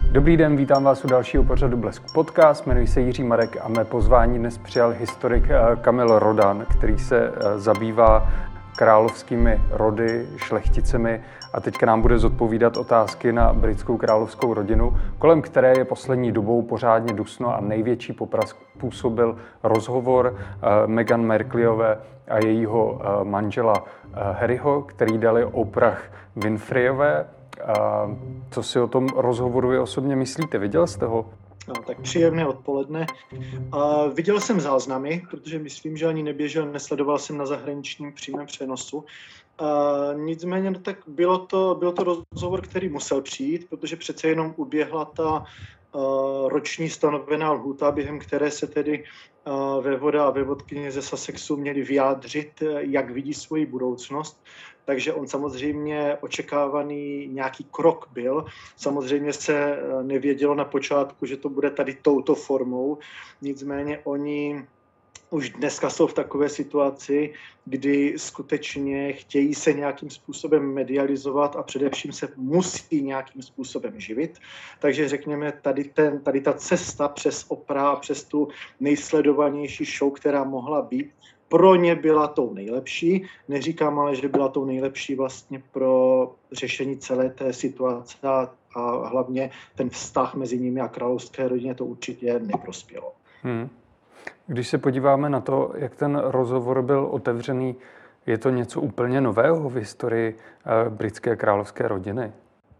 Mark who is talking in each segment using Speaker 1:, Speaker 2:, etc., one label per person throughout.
Speaker 1: Dobrý den, vítám vás u dalšího pořadu Blesk Podcast. Jmenuji se Jiří Marek a mé pozvání dnes přijal historik Kamil Rodan, který se zabývá královskými rody, šlechticemi a teďka nám bude zodpovídat otázky na britskou královskou rodinu, kolem které je poslední dobou pořádně dusno a největší poprask působil rozhovor Meghan Markleové a jejího manžela Harryho, který dali Oprah Winfreyové. Co si o tom rozhovoru vy osobně myslíte? Viděl jste ho?
Speaker 2: No, tak příjemné odpoledne. Viděl jsem záznamy, protože myslím, že ani neběžel, nesledoval jsem na zahraničním přímém přenosu. Nicméně tak byl to rozhovor, který musel přijít, protože přece jenom uběhla ta roční stanovená lhůta, během které se tedy vévoda a vévodkyně ze Sussexu měli vyjádřit, jak vidí svoji budoucnost. Takže on samozřejmě očekávaný nějaký krok byl. Samozřejmě se nevědělo na počátku, že to bude tady touto formou. Nicméně oni už dneska jsou v takové situaci, kdy skutečně chtějí se nějakým způsobem medializovat a především se musí nějakým způsobem živit. Takže řekněme, tady ta cesta přes Oprah, přes tu nejsledovanější show, která mohla být, pro ně byla tou nejlepší. Neříkám ale, že byla tou nejlepší vlastně pro řešení celé té situace a hlavně ten vztah mezi nimi a královské rodině to určitě neprospělo.
Speaker 1: Když se podíváme na to, jak ten rozhovor byl otevřený, je to něco úplně nového v historii britské královské rodiny?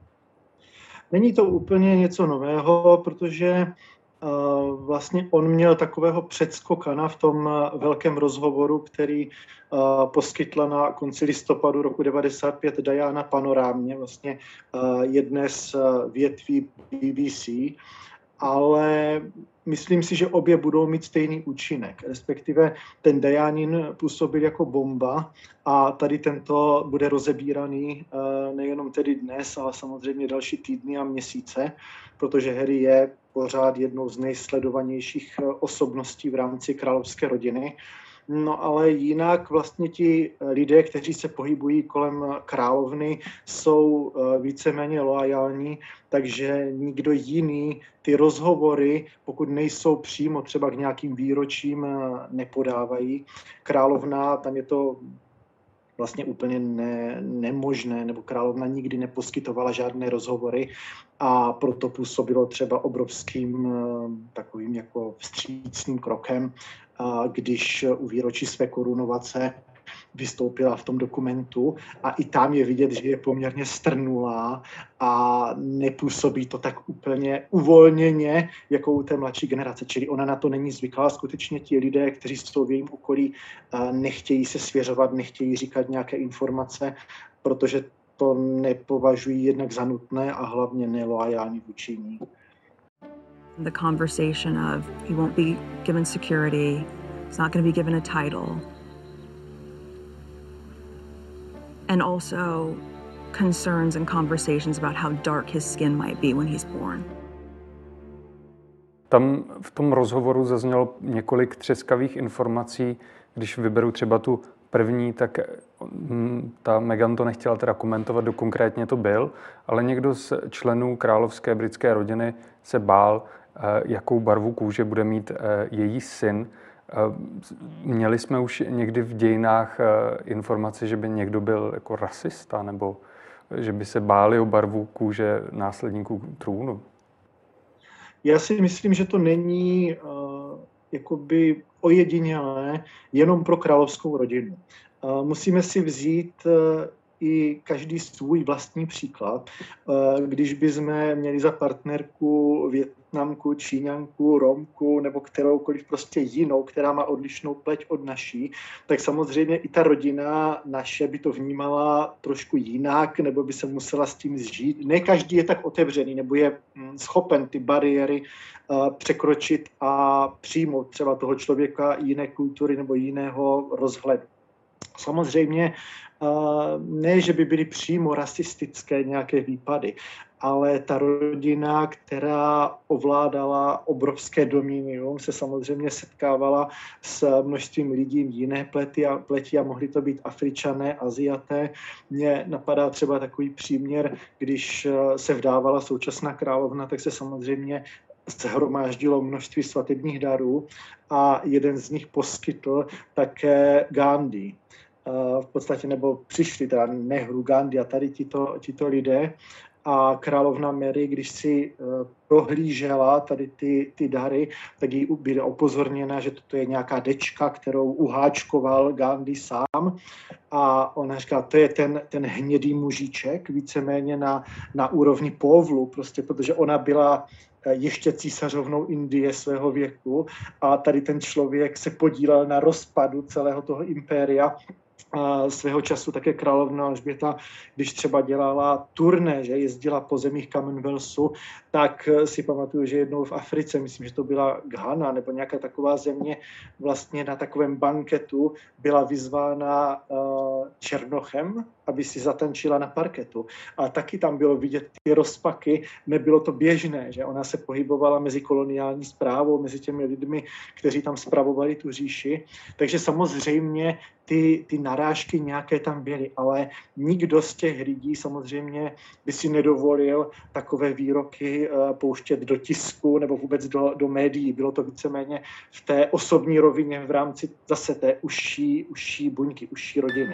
Speaker 2: Není to úplně něco nového, protože vlastně on měl takového předskokana v tom velkém rozhovoru, který poskytla na konci listopadu roku 1995 Diana Panorámě, vlastně jedné z větví BBC, ale myslím si, že obě budou mít stejný účinek, respektive ten Dianin působil jako bomba a tady tento bude rozebíraný nejenom tedy dnes, ale samozřejmě další týdny a měsíce, protože Harry je pořád jednou z nejsledovanějších osobností v rámci královské rodiny. No ale jinak vlastně ti lidé, kteří se pohybují kolem královny, jsou víceméně loajální, takže nikdo jiný ty rozhovory, pokud nejsou přímo třeba k nějakým výročím, nepodávají. Královna, tam je to vlastně úplně nemožné, nebo královna nikdy neposkytovala žádné rozhovory a proto působilo třeba obrovským takovým jako vstřícným krokem, když u výročí své korunovace vystoupila v tom dokumentu a i tam je vidět, že je poměrně strnulá a nepůsobí to tak úplně uvolněně jako u té mladší generace. Čili ona na to není zvyklá. Skutečně ti lidé, kteří jsou v jejím okolí, nechtějí se svěřovat, nechtějí říkat nějaké informace, protože to nepovažují jednak za nutné a hlavně neloajální vůči ní.
Speaker 3: The conversation of he won't be given security, he's not going to be given a title. And also concerns and conversations about how dark his skin might be when he's born.
Speaker 1: Tam v tom rozhovoru zaznělo několik třeskavých informací. Když vyberu třeba tu první, tak ta Meghan to nechtěla teda komentovat, kdo konkrétně to byl, ale někdo z členů královské britské rodiny se bál, jakou barvu kůže bude mít její syn. Měli jsme už někdy v dějinách informace, že by někdo byl jako rasista, nebo že by se báli o barvu kůže následníků trůnu?
Speaker 2: Já si myslím, že to není jakoby ojedinělé jenom pro královskou rodinu. Musíme si vzít i každý svůj vlastní příklad. Když bychom měli za partnerku Vietnamku, Číňanku, Romku nebo kteroukoliv prostě jinou, která má odlišnou pleť od naší, tak samozřejmě i ta rodina naše by to vnímala trošku jinak, nebo by se musela s tím zžít. Ne každý je tak otevřený, nebo je schopen ty bariéry překročit a přijmout třeba toho člověka jiné kultury nebo jiného rozhledu. Samozřejmě ne, že by byly přímo rasistické nějaké výpady, ale ta rodina, která ovládala obrovské dominium, se samozřejmě setkávala s množstvím lidí jiné pleti a mohli to být Afričané, Aziaté. Mně napadá třeba takový příměr, když se vdávala současná královna, tak se samozřejmě shromáždilo množství svatebních darů a jeden z nich poskytl také Gandhi. V podstatě, nebo přišli teda Nehru, Gandhi a tady tito lidé. A královna Mary, když si prohlížela tady ty dary, tak jí byla upozorněna, že toto je nějaká dečka, kterou uháčkoval Gandhi sám. A ona říká, to je ten hnědý mužíček, víceméně na úrovni povlu, prostě, protože ona byla ještě císařovnou Indie svého věku a tady ten člověk se podílel na rozpadu celého toho impéria. Svého času také královna Alžběta, když třeba dělala turné, že jezdila po zemích Commonwealthu, tak si pamatuju, že jednou v Africe, myslím, že to byla Ghana nebo nějaká taková země, vlastně na takovém banketu byla vyzvána Černochem, aby si zatančila na parketu. A taky tam bylo vidět ty rozpaky, nebylo to běžné, že ona se pohybovala mezi koloniální správou, mezi těmi lidmi, kteří tam spravovali tu říši. Takže samozřejmě ty narážky nějaké tam byly, ale nikdo z těch lidí samozřejmě by si nedovolil takové výroky pouštět do tisku nebo vůbec do médií. Bylo to víceméně v té osobní rovině v rámci zase té užší buňky, užší rodiny.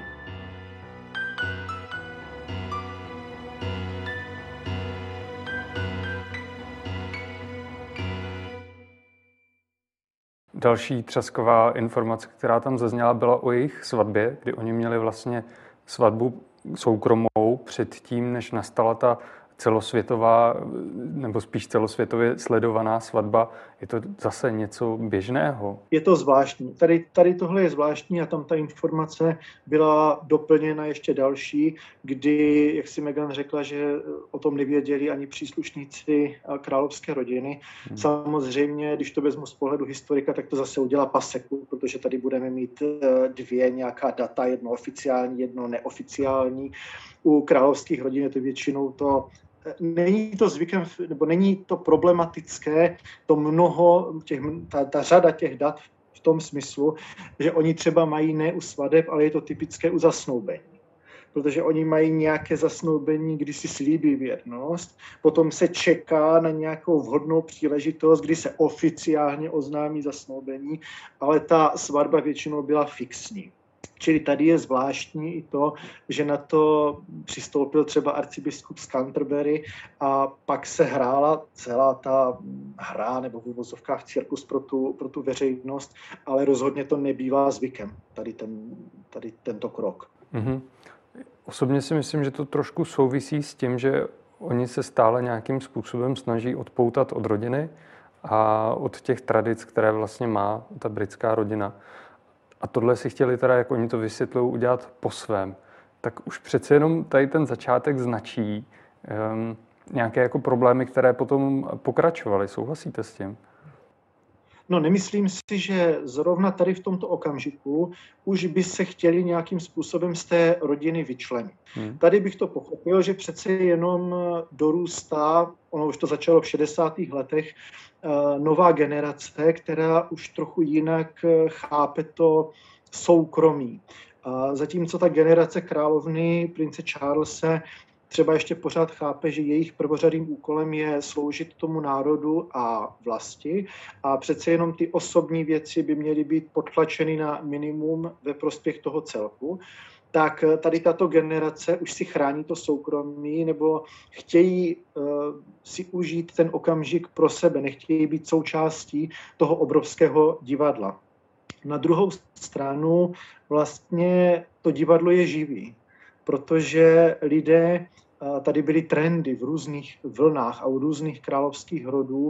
Speaker 1: Další třasková informace, která tam zazněla, byla o jejich svatbě, kdy oni měli vlastně svatbu soukromou předtím, než nastala ta celosvětová, nebo spíš celosvětově sledovaná svatba. Je to zase něco běžného?
Speaker 2: Je to zvláštní. Tady tohle je zvláštní a tam ta informace byla doplněna ještě další, kdy, jak si Meghan řekla, že o tom nevěděli ani příslušníci královské rodiny. Samozřejmě, když to vezmu z pohledu historika, tak to zase udělá paseku, protože tady budeme mít dvě nějaká data, jedno oficiální, jedno neoficiální. U královských rodin je to většinou to není to zvykem, nebo není to problematické, to ta řada těch dat v tom smyslu, že oni třeba mají ne u svadeb, ale je to typické u zasnoubení. Protože oni mají nějaké zasnoubení, kdy si slíbí věrnost, potom se čeká na nějakou vhodnou příležitost, kdy se oficiálně oznámí zasnoubení, ale ta svatba většinou byla fixní. Čili tady je zvláštní i to, že na to přistoupil třeba arcibiskup z Canterbury a pak se hrála celá ta hra nebo v uvozovkách cirkus pro tu veřejnost, ale rozhodně to nebývá zvykem, tady tento krok.
Speaker 1: Mm-hmm. Osobně si myslím, že to trošku souvisí s tím, že oni se stále nějakým způsobem snaží odpoutat od rodiny a od těch tradic, které vlastně má ta britská rodina. A tohle si chtěli teda, jak oni to vysvětlují, udělat po svém. Tak už přece jenom tady ten začátek značí nějaké jako problémy, které potom pokračovaly. Souhlasíte s tím?
Speaker 2: No, nemyslím si, že zrovna tady v tomto okamžiku už by se chtěli nějakým způsobem z té rodiny vyčlenit. Tady bych to pochopil, že přece jenom dorůstá, ono už to začalo v 60. letech, nová generace, která už trochu jinak chápe to soukromí. Zatímco ta generace královny, prince Charlese, třeba ještě pořád chápe, že jejich prvořadým úkolem je sloužit tomu národu a vlasti a přece jenom ty osobní věci by měly být potlačeny na minimum ve prospěch toho celku, tak tady tato generace už si chrání to soukromí nebo chtějí si užít ten okamžik pro sebe, nechtějí být součástí toho obrovského divadla. Na druhou stranu vlastně to divadlo je živý, protože lidé, tady byly trendy v různých vlnách a u různých královských rodů,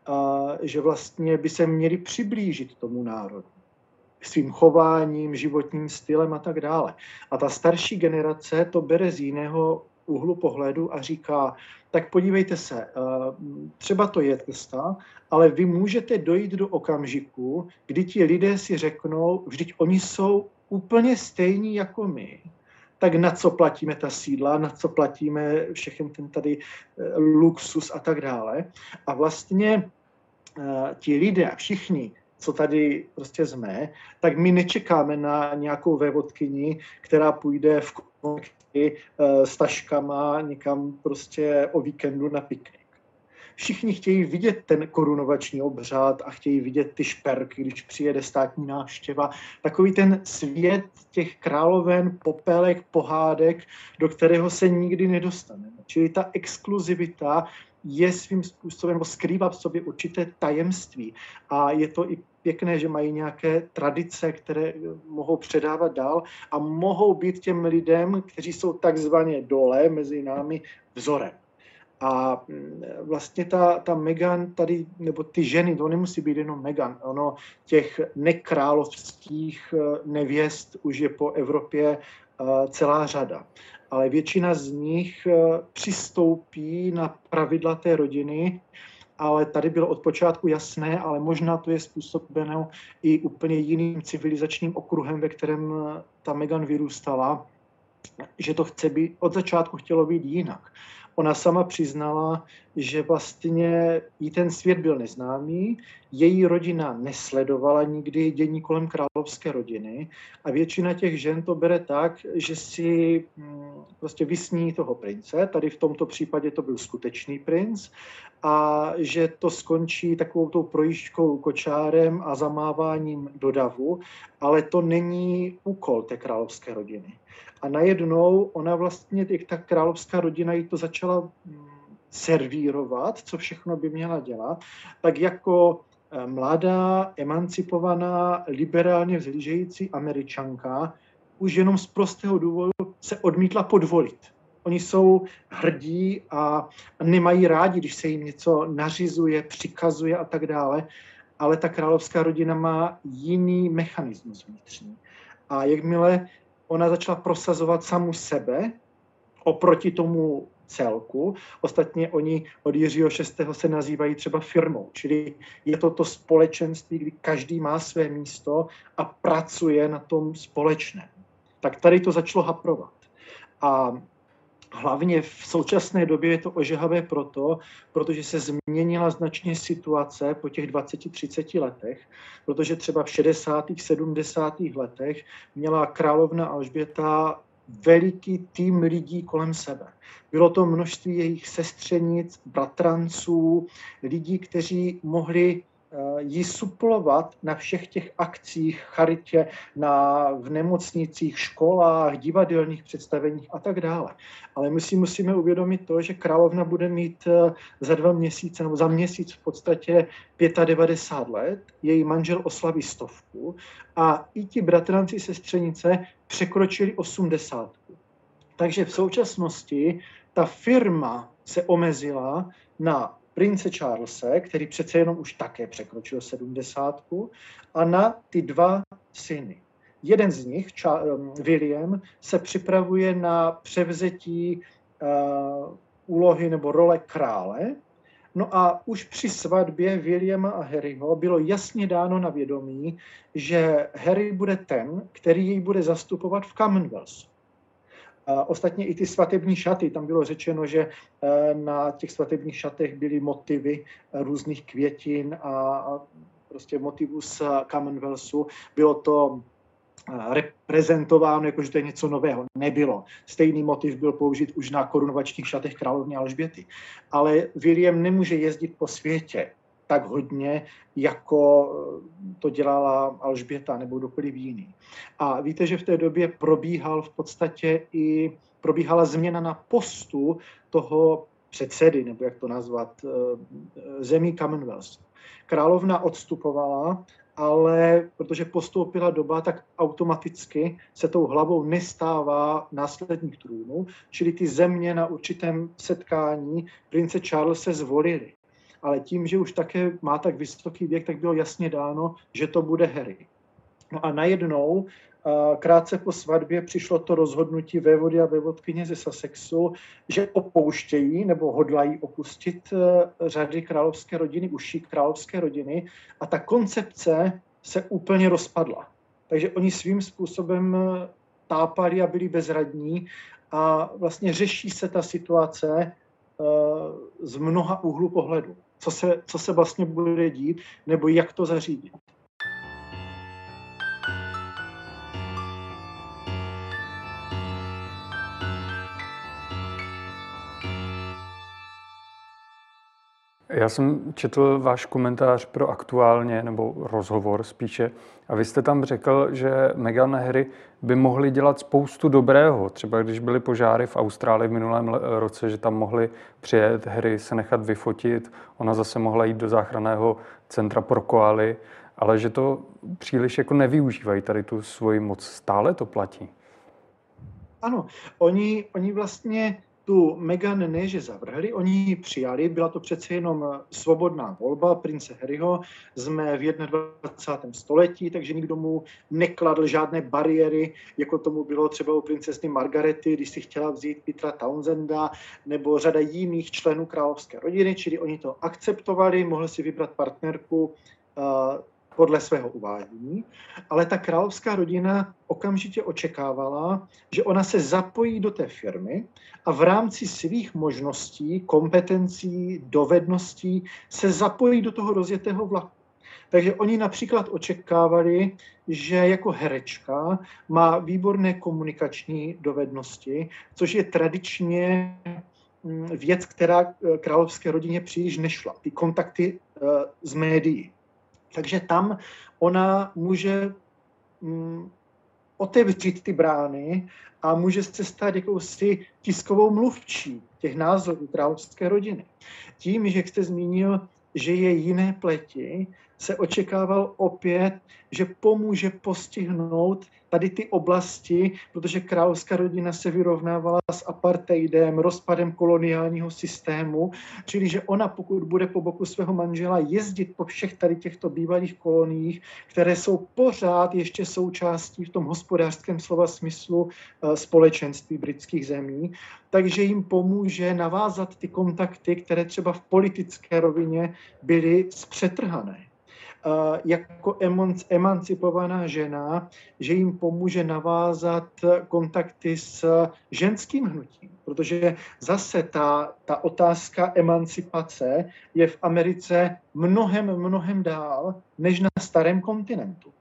Speaker 2: že vlastně by se měli přiblížit tomu národu svým chováním, životním stylem a tak dále. A ta starší generace to bere z jiného úhlu pohledu a říká, tak podívejte se, třeba to je cesta, ale vy můžete dojít do okamžiku, kdy ti lidé si řeknou, vždyť oni jsou úplně stejní jako my. tak na co platíme ta sídla, na co platíme všechny ten tady luxus a tak dále. A vlastně ti lidé, všichni, co tady prostě jsme, tak my nečekáme na nějakou vévodkyni, která půjde v konekci s taškama někam prostě o víkendu na piknik. Všichni chtějí vidět ten korunovační obřad a chtějí vidět ty šperky, když přijede státní návštěva. Takový ten svět těch královen, popelek, pohádek, do kterého se nikdy nedostaneme. Čili ta exkluzivita je svým způsobem, nebo skrývá v sobě určité tajemství. A je to i pěkné, že mají nějaké tradice, které mohou předávat dál a mohou být těm lidem, kteří jsou takzvaně dole mezi námi, vzorem. A vlastně ta Meghan tady, nebo ty ženy, to nemusí být jenom Meghan, ono těch nekrálovských nevěst už je po Evropě celá řada. Ale většina z nich přistoupí na pravidla té rodiny, ale tady bylo od počátku jasné, ale možná to je způsobeno i úplně jiným civilizačním okruhem, ve kterém ta Meghan vyrůstala, že to od začátku chtělo být jinak. Ona sama přiznala, že vlastně jí ten svět byl neznámý, její rodina nesledovala nikdy dění kolem královské rodiny a většina těch žen to bere tak, že si prostě vysní toho prince, tady v tomto případě to byl skutečný princ, a že to skončí takovou tou projížďkou kočárem a zamáváním do davu, ale to není úkol té královské rodiny. A najednou ona vlastně, jak ta královská rodina jí to začala servírovat, co všechno by měla dělat, tak jako mladá, emancipovaná, liberálně vzhlížející Američanka už jenom z prostého důvodu se odmítla podvolit. Oni jsou hrdí a nemají rádi, když se jim něco nařizuje, přikazuje a tak dále, ale ta královská rodina má jiný mechanismus vnitřní. A jakmile ona začala prosazovat samu sebe oproti tomu celku. Ostatně oni od Jiřího VI. Se nazývají třeba firmou, čili je to společenství, kdy každý má své místo a pracuje na tom společném. Tak tady to začalo haprovat. A hlavně v současné době je to ožehavé protože se změnila značně situace po těch 20-30 letech, protože třeba v 60. 70. letech měla královna Alžběta veliký tým lidí kolem sebe. Bylo to množství jejich sestřenic, bratranců, lidí, kteří mohli ji suplovat na všech těch akcích, charitě, v nemocnicích, školách, divadelních představeních a tak dále. Ale my si musíme uvědomit to, že královna bude mít za 2 měsíce nebo za měsíc v podstatě 95 let, její manžel oslaví 100 a i ti bratranci sestřenice překročili 80. Takže v současnosti ta firma se omezila na prince Charlese, který přece jenom už také překročil 70, a na ty 2 syny. Jeden z nich, William, se připravuje na převzetí úlohy nebo role krále. No a už při svatbě Williama a Harryho bylo jasně dáno na vědomí, že Harry bude ten, který jej bude zastupovat v Commonwealthu. Ostatně i ty svatební šaty, tam bylo řečeno, že na těch svatebních šatech byly motivy různých květin a prostě motivů z Commonwealthu. Bylo to reprezentováno, jakože to je něco nového. Nebylo. Stejný motiv byl použit už na korunovačních šatech královny Alžběty. Ale William nemůže jezdit po světě tak hodně, jako to dělala Alžběta nebo kdokoliv jiný. A víte, že v té době probíhala změna na postu toho předsedy, nebo jak to nazvat, zemí Commonwealth. Královna odstupovala, ale protože postoupila doba, tak automaticky se tou hlavou nestává následník trůnu, čili ty země na určitém setkání prince Charlese zvolili. Ale tím, že už také má tak vysoký věk, tak bylo jasně dáno, že to bude Harry. No a najednou, krátce po svatbě, přišlo to rozhodnutí vévody a vévodkyně ze Sussexu, že opouštějí nebo hodlají opustit řady královské rodiny, užší královské rodiny, a ta koncepce se úplně rozpadla. Takže oni svým způsobem tápali a byli bezradní a vlastně řeší se ta situace z mnoha úhlů pohledu. Co se vlastně bude dít, nebo jak to zařídit.
Speaker 1: Já jsem četl váš komentář pro Aktuálně, nebo rozhovor spíše, a vy jste tam řekl, že Meghan a Harry by mohli dělat spoustu dobrého. Třeba když byly požáry v Austrálii v minulém roce, že tam mohli přijet, Harry se nechat vyfotit, ona zase mohla jít do záchranného centra pro koaly, ale že to příliš jako nevyužívají tady tu svoji moc. Stále to platí?
Speaker 2: Ano, oni vlastně tu Meghan ne, že zavrhli, oni ji přijali, byla to přece jenom svobodná volba prince Harryho, jsme v 21. století, takže nikdo mu nekladl žádné bariéry, jako tomu bylo třeba u princezny Margarety, když si chtěla vzít Petera Townsenda, nebo řada jiných členů královské rodiny, čili oni to akceptovali, mohli si vybrat partnerku podle svého uvádění, ale ta královská rodina okamžitě očekávala, že ona se zapojí do té firmy a v rámci svých možností, kompetencí, dovedností se zapojí do toho rozjetého vlaku. Takže oni například očekávali, že jako herečka má výborné komunikační dovednosti, což je tradičně věc, která královské rodině příliš nešla. Ty kontakty z médií. Takže tam ona může otevřít ty brány a může se stát jakousi tiskovou mluvčí těch názorů královské rodiny. Tím, že jak jste zmínil, že je jiné pleti, se očekával opět, že pomůže postihnout tady ty oblasti, protože královská rodina se vyrovnávala s apartheidem, rozpadem koloniálního systému, čili že ona, pokud bude po boku svého manžela jezdit po všech tady těchto bývalých koloniích, které jsou pořád ještě součástí v tom hospodářském slova smyslu společenství britských zemí, takže jim pomůže navázat ty kontakty, které třeba v politické rovině byly zpřetrhané. Jako emancipovaná žena, že jim pomůže navázat kontakty s ženským hnutím, protože zase ta otázka emancipace je v Americe mnohem dál než na starém kontinentu.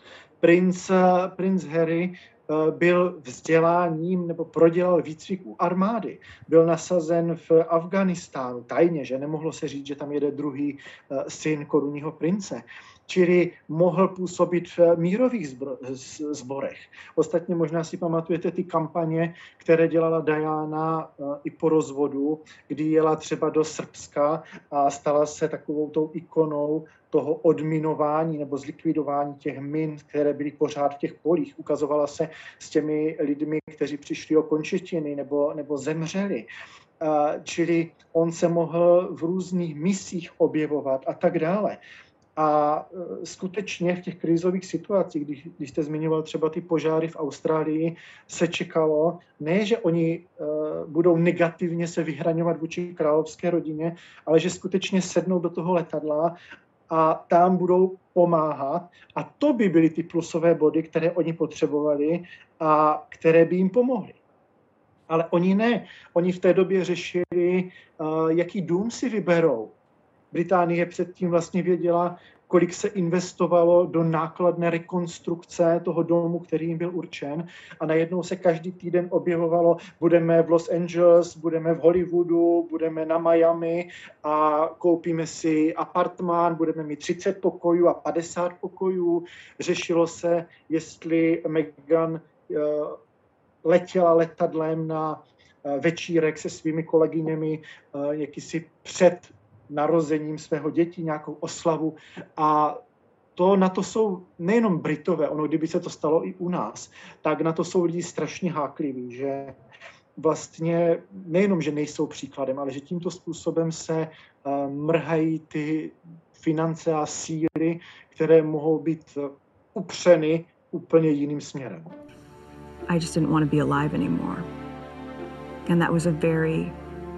Speaker 2: Princ Harry byl vzděláním nebo prodělal výcvik u armády. Byl nasazen v Afghánistánu tajně, že nemohlo se říct, že tam jede druhý syn korunního prince. Čili mohl působit v mírových sborech. Ostatně možná si pamatujete ty kampaně, které dělala Diana i po rozvodu, kdy jela třeba do Srbska a stala se takovou tou ikonou toho odminování nebo zlikvidování těch min, které byly pořád v těch polích. Ukazovala se s těmi lidmi, kteří přišli o končetiny nebo zemřeli. Čili on se mohl v různých misích objevovat a tak dále. A skutečně v těch krizových situacích, když jste zmiňoval třeba ty požáry v Austrálii, se čekalo, ne, že oni budou negativně se vyhraňovat vůči královské rodině, ale že skutečně sednou do toho letadla a tam budou pomáhat. A to by byly ty plusové body, které oni potřebovali a které by jim pomohly. Ale oni ne. Oni v té době řešili, jaký dům si vyberou. Británie předtím vlastně věděla, kolik se investovalo do nákladné rekonstrukce toho domu, který jim byl určen. A najednou se každý týden objevovalo, budeme v Los Angeles, budeme v Hollywoodu, budeme na Miami a koupíme si apartmán, budeme mít 30 pokojů a 50 pokojů. Řešilo se, jestli Meghan letěla letadlem na večírek se svými kolegyněmi, jakýsi před narozením svého dětí, nějakou oslavu. A na to jsou nejenom Britové, ono kdyby se to stalo i u nás, tak na to jsou lidi strašně hákliví, že vlastně nejenom, že nejsou příkladem, ale že tímto způsobem se mrhají ty finance a síly, které mohou být upřeny úplně jiným směrem.
Speaker 3: I just didn't want to be alive anymore. And that was a very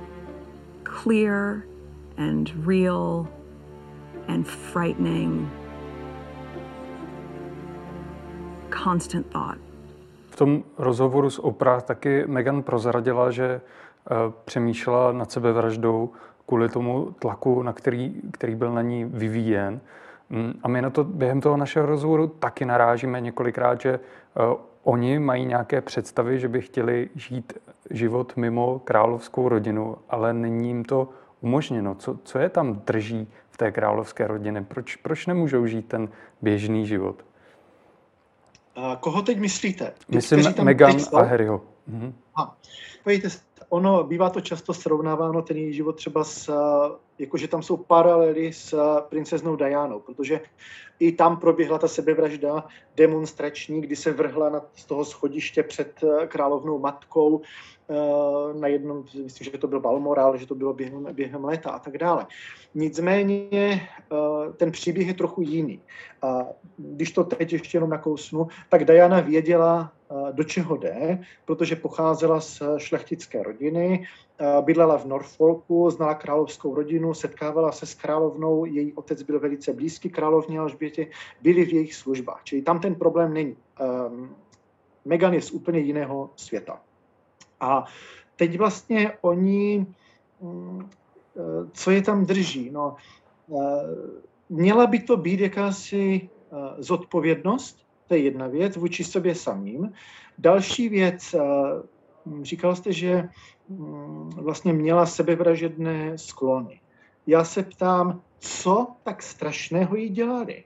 Speaker 3: clear and real and frightening constant thought.
Speaker 1: tom rozhovoru s Oprah taky Meghan prozradila, že přemýšlela nad sebevraždou kvůli tomu tlaku, který byl na ní vyvíjen. A my na to během toho našeho rozhovoru taky narážíme několikrát, že oni mají nějaké představy, že by chtěli žít život mimo královskou rodinu, ale není jim to umožněno. Co je tam drží v té královské rodině? Proč nemůžou žít ten běžný život?
Speaker 2: A koho teď myslíte?
Speaker 1: Myslím Meghan a Harryho.
Speaker 2: Podívejte, bývá to často srovnáváno, ten její život třeba jakože tam jsou paralely s princeznou Dianou, protože i tam proběhla ta sebevražda demonstrační, kdy se vrhla z toho schodiště před královnou matkou na jednom, myslím, že to byl Balmoral, že to bylo během léta a tak dále. Nicméně ten příběh je trochu jiný. A když to teď ještě jenom nakousnu, tak Diana věděla, do čeho jde, protože pocházela z šlechtické rodiny, bydlela v Norfolku, znala královskou rodinu, setkávala se s královnou, její otec byl velice blízký královně Alžbětě, byli v jejich službách, čili tam ten problém není. Meghan je z úplně jiného světa. A teď vlastně oni, co je tam drží? No, měla by to být jakási zodpovědnost, to je jedna věc, vůči sobě samým. Další věc, říkal jste, že vlastně měla sebevražedné sklony. Já se ptám, co tak strašného jí dělali?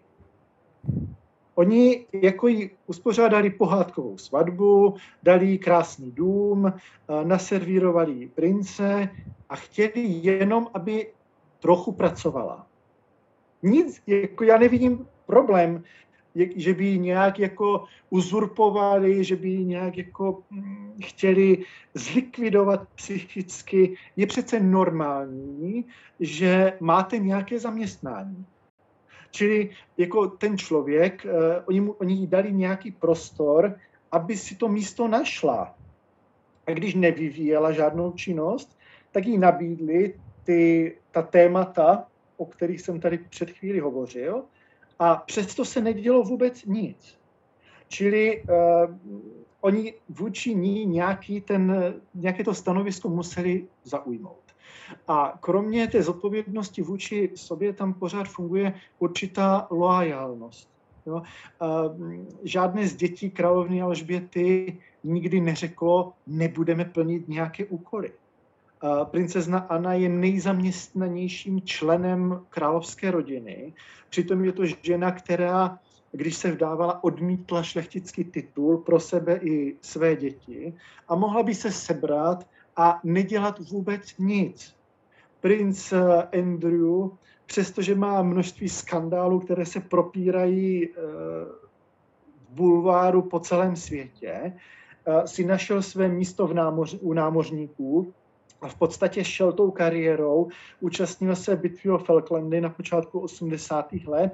Speaker 2: Oni jako jí uspořádali pohádkovou svatbu, dali jí krásný dům, naservírovali jí prince a chtěli jenom, aby trochu pracovala. Nic, jako já nevidím problém, že by ji nějak jako uzurpovali, že by ji nějak jako chtěli zlikvidovat psychicky. Je přece normální, že máte nějaké zaměstnání. Čili jako ten člověk, oni jí dali nějaký prostor, aby si to místo našla. A když nevyvíjela žádnou činnost, tak jí nabídli ta témata, o kterých jsem tady před chvíli hovořil, a přesto se nedělo vůbec nic. Čili oni vůči ní nějaké to stanovisko museli zaujmout. A kromě té zodpovědnosti vůči sobě tam pořád funguje určitá loajálnost. Jo? Žádné z dětí královny Alžběty nikdy neřeklo, nebudeme plnit nějaké úkoly. Princezna Anna je nejzaměstnanějším členem královské rodiny. Přitom je to žena, která, když se vdávala, odmítla šlechtický titul pro sebe i své děti a mohla by se sebrat a nedělat vůbec nic. Princ Andrew, přestože má množství skandálů, které se propírají v bulváru po celém světě, si našel své místo u námořníků a v podstatě šel tou kariérou, účastnil se bitvy o Falklandy na počátku 80. let.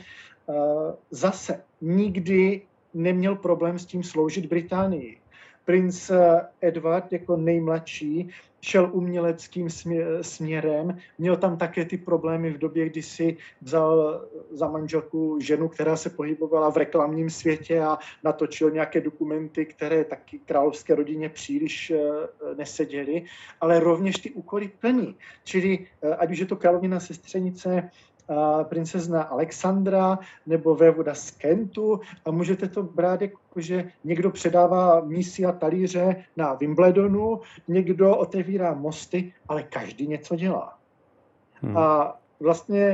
Speaker 2: Zase nikdy neměl problém s tím sloužit Británii. Princ Edward jako nejmladší šel uměleckým směrem, měl tam také ty problémy v době, kdy si vzal za manželku ženu, která se pohybovala v reklamním světě a natočil nějaké dokumenty, které taky královské rodině příliš neseděly, ale rovněž ty úkoly plní. Čili ať už je to královnina sestřenice, princezna Alexandra nebo vévoda z Kentu a můžete to brát jako, že někdo předává mísy a talíře na Wimbledonu, někdo otevírá mosty, ale každý něco dělá. A vlastně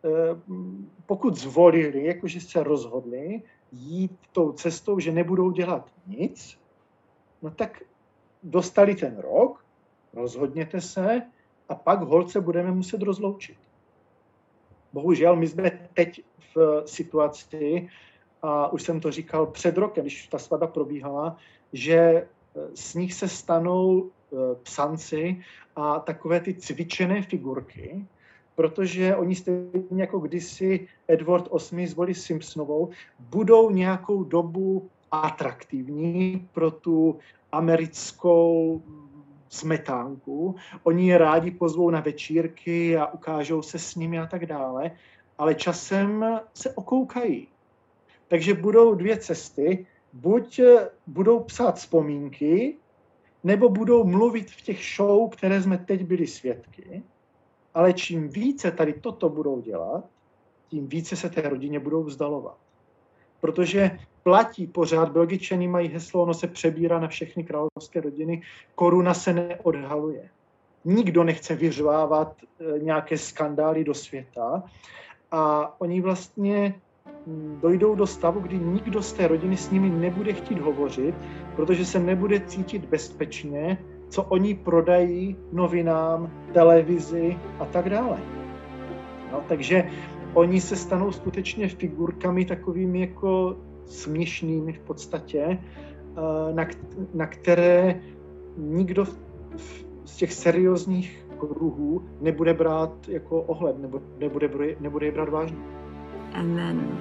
Speaker 2: pokud zvolili, jakože se rozhodli jít tou cestou, že nebudou dělat nic, no tak dostali ten rok, rozhodněte se a pak holce budeme muset rozloučit. Bohužel my jsme teď v situaci, a už jsem to říkal před rokem, když ta svatba probíhala, že z nich se stanou psanci a takové ty cvičené figurky, protože oni stejně jako kdysi Edward VIII s Wallis Simpsonovou budou nějakou dobu atraktivní pro tu americkou smetánku. Oni je rádi pozvou na večírky a ukážou se s nimi a tak dále, ale časem se okoukají. Takže budou dvě cesty. buď budou psát vzpomínky, nebo budou mluvit v těch show, které jsme teď byli svědky, ale čím více tady toto budou dělat, tím více se té rodině budou vzdalovat. Protože platí pořád, Belgičani mají heslo, ono se přebírá na všechny královské rodiny, koruna se neodhaluje. Nikdo nechce vyřvávat nějaké skandály do světa a oni vlastně dojdou do stavu, kdy nikdo z té rodiny s nimi nebude chtít hovořit, protože se nebude cítit bezpečně, co oni prodají novinám, televizi a tak dále. No, takže oni se stanou skutečně figurkami takovými jako směšnými v podstatě, na které nikdo z těch seriózních kruhů nebude brát jako ohled, nebo nebude je brát vážně.
Speaker 3: And then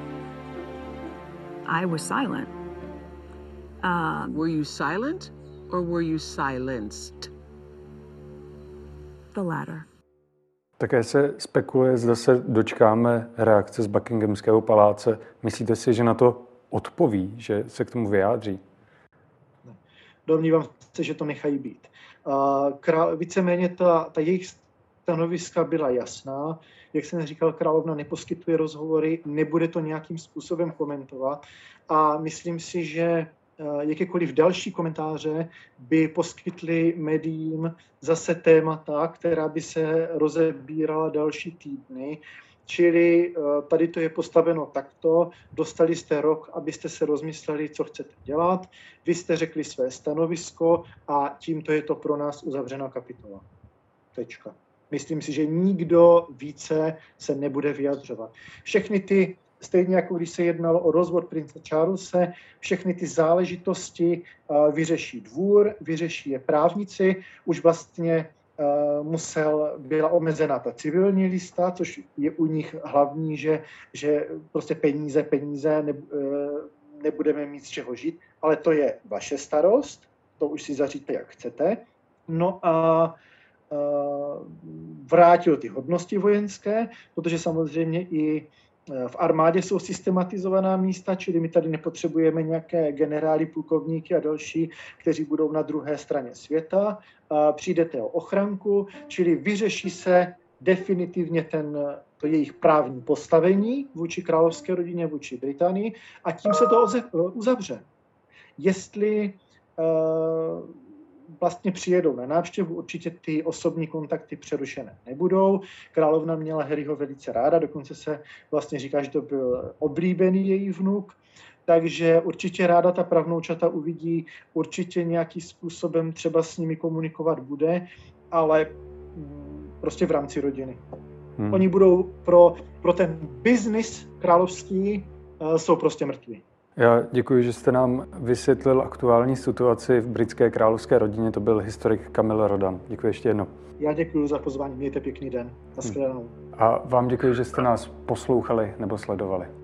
Speaker 3: I was silent.
Speaker 4: Were you silent or were you silenced?
Speaker 3: The latter.
Speaker 1: Také se spekuluje, zda se dočkáme reakce z Buckinghamského paláce. Myslíte si, že na to odpoví, že se k tomu vyjádří?
Speaker 2: Domnívám se, že to nechají být. Víceméně ta jejich stanoviska byla jasná. Jak jsem říkal, královna neposkytuje rozhovory, nebude to nějakým způsobem komentovat a myslím si, že jakékoliv další komentáře by poskytly médiím zase témata, která by se rozebírala další týdny. Čili tady to je postaveno takto, dostali jste rok, abyste se rozmysleli, co chcete dělat, vy jste řekli své stanovisko a tímto je to pro nás uzavřená kapitola. Tečka. Myslím si, že nikdo více se nebude vyjadřovat. Všechny ty, stejně jako když se jednalo o rozvod prince Charlese, všechny ty záležitosti vyřeší dvůr, vyřeší je právníci, už vlastně byla omezena ta civilní lista, což je u nich hlavní, že prostě peníze, nebudeme mít z čeho žít, ale to je vaše starost, to už si zaříďte, jak chcete. No a vrátil ty hodnosti vojenské, protože samozřejmě i v armádě jsou systematizovaná místa, čili my tady nepotřebujeme nějaké generály, plukovníky a další, kteří budou na druhé straně světa. Přijdete o ochranku, čili vyřeší se definitivně to jejich právní postavení vůči královské rodině, vůči Británii a tím se to uzavře. Jestli vlastně přijedou na návštěvu, určitě ty osobní kontakty přerušené nebudou. Královna měla Harryho velice ráda, dokonce se vlastně říká, že to byl oblíbený její vnuk, takže určitě ráda ta pravnoučata uvidí, určitě nějakým způsobem třeba s nimi komunikovat bude, ale prostě v rámci rodiny. Oni budou pro ten biznis královský jsou prostě mrtví.
Speaker 1: Já děkuji, že jste nám vysvětlil aktuální situaci v britské královské rodině. To byl historik Camille Rodin. Děkuji ještě jednou.
Speaker 2: Já děkuji za pozvání. Mějte pěkný den. Naschledanou.
Speaker 1: A vám děkuji, že jste nás poslouchali nebo sledovali.